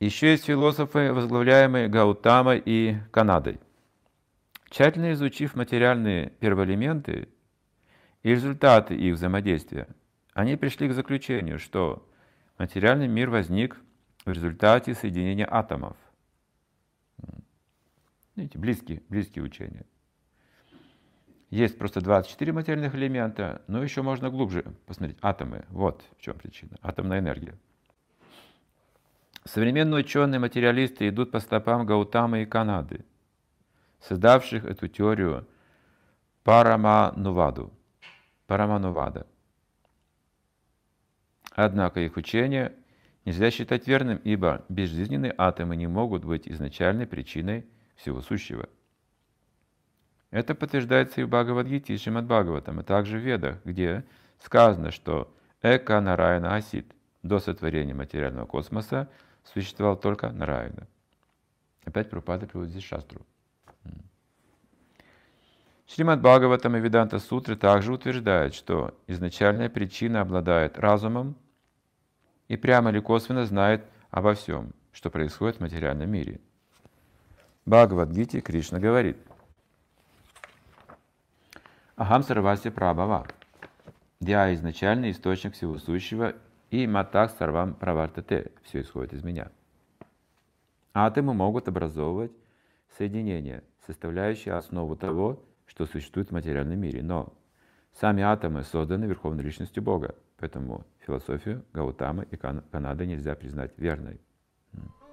Еще есть философы, возглавляемые Гаутамой и Канадой. Тщательно изучив материальные первоэлементы и результаты их взаимодействия, они пришли к заключению, что материальный мир возник в результате соединения атомов. Видите, близкие учения. Есть просто 24 материальных элемента, но еще можно глубже посмотреть. Атомы. Вот в чем причина. Атомная энергия. Современные ученые-материалисты идут по стопам Гаутамы и Канады, создавших эту теорию Параманувада. Однако их учение нельзя считать верным, ибо безжизненные атомы не могут быть изначальной причиной всего сущего. Это подтверждается и в Бхагавад-гите, и Шримад Бхагаватам, а также в Ведах, где сказано, что Эка Нараяна Асит, до сотворения материального космоса существовал только Нараяна. Опять Прабхупада приводит здесь шастру. Шримад Бхагаватам и Веданта Сутры также утверждают, что изначальная причина обладает разумом и прямо или косвенно знает обо всем, что происходит в материальном мире. В Бхагавад-гите Кришна говорит: Ахам сарваси прабхава. Я изначальный источник всего сущего, и матах сарвам правартате. Все исходит из меня. Атомы могут образовывать соединения, составляющие основу того, что существует в материальном мире. Но сами атомы созданы Верховной Личностью Бога. Поэтому философию Гаутамы и Канады нельзя признать верной.